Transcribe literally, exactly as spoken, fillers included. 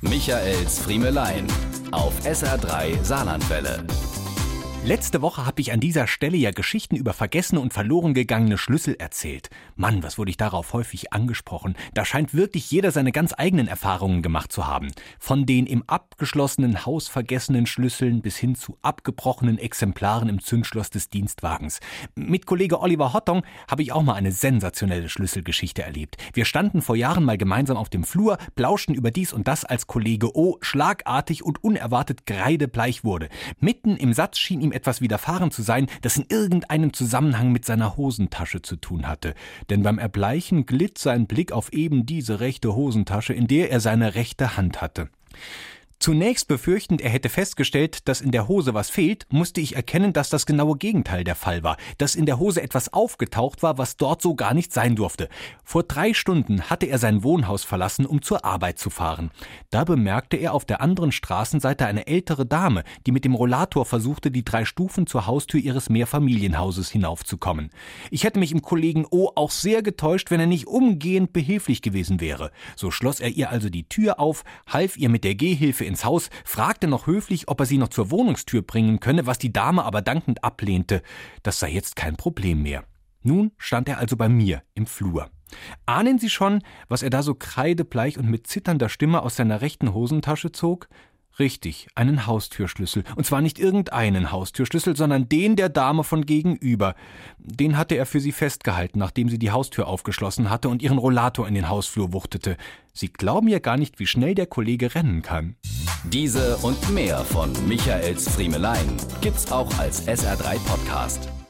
Michaels Friemelein auf S R drei Saarlandwelle. Letzte Woche habe ich an dieser Stelle ja Geschichten über vergessene und verloren gegangene Schlüssel erzählt. Mann, was wurde ich darauf häufig angesprochen. Da scheint wirklich jeder seine ganz eigenen Erfahrungen gemacht zu haben. Von den im abgeschlossenen Haus vergessenen Schlüsseln bis hin zu abgebrochenen Exemplaren im Zündschloss des Dienstwagens. Mit Kollege Oliver Hottong habe ich auch mal eine sensationelle Schlüsselgeschichte erlebt. Wir standen vor Jahren mal gemeinsam auf dem Flur, plauschten über dies und das, als Kollege O schlagartig und unerwartet kreidebleich wurde. Mitten im Satz schien ihm etwas widerfahren zu sein, das in irgendeinem Zusammenhang mit seiner Hosentasche zu tun hatte. Denn beim Erbleichen glitt sein Blick auf eben diese rechte Hosentasche, in der er seine rechte Hand hatte. Zunächst befürchtend, er hätte festgestellt, dass in der Hose was fehlt, musste ich erkennen, dass das genaue Gegenteil der Fall war, dass in der Hose etwas aufgetaucht war, was dort so gar nicht sein durfte. Vor drei Stunden hatte er sein Wohnhaus verlassen, um zur Arbeit zu fahren. Da bemerkte er auf der anderen Straßenseite eine ältere Dame, die mit dem Rollator versuchte, die drei Stufen zur Haustür ihres Mehrfamilienhauses hinaufzukommen. Ich hätte mich im Kollegen O auch sehr getäuscht, wenn er nicht umgehend behilflich gewesen wäre. So schloss er ihr also die Tür auf, half ihr mit der Gehhilfe ins Haus, fragte noch höflich, ob er sie noch zur Wohnungstür bringen könne, was die Dame aber dankend ablehnte. Das sei jetzt kein Problem mehr. Nun stand er also bei mir im Flur. Ahnen Sie schon, was er da so kreidebleich und mit zitternder Stimme aus seiner rechten Hosentasche zog? Richtig, einen Haustürschlüssel. Und zwar nicht irgendeinen Haustürschlüssel, sondern den der Dame von gegenüber. Den hatte er für sie festgehalten, nachdem sie die Haustür aufgeschlossen hatte und ihren Rollator in den Hausflur wuchtete. Sie glauben ja gar nicht, wie schnell der Kollege rennen kann. Diese und mehr von Michaels Friemelein gibt's auch als S R drei Podcast.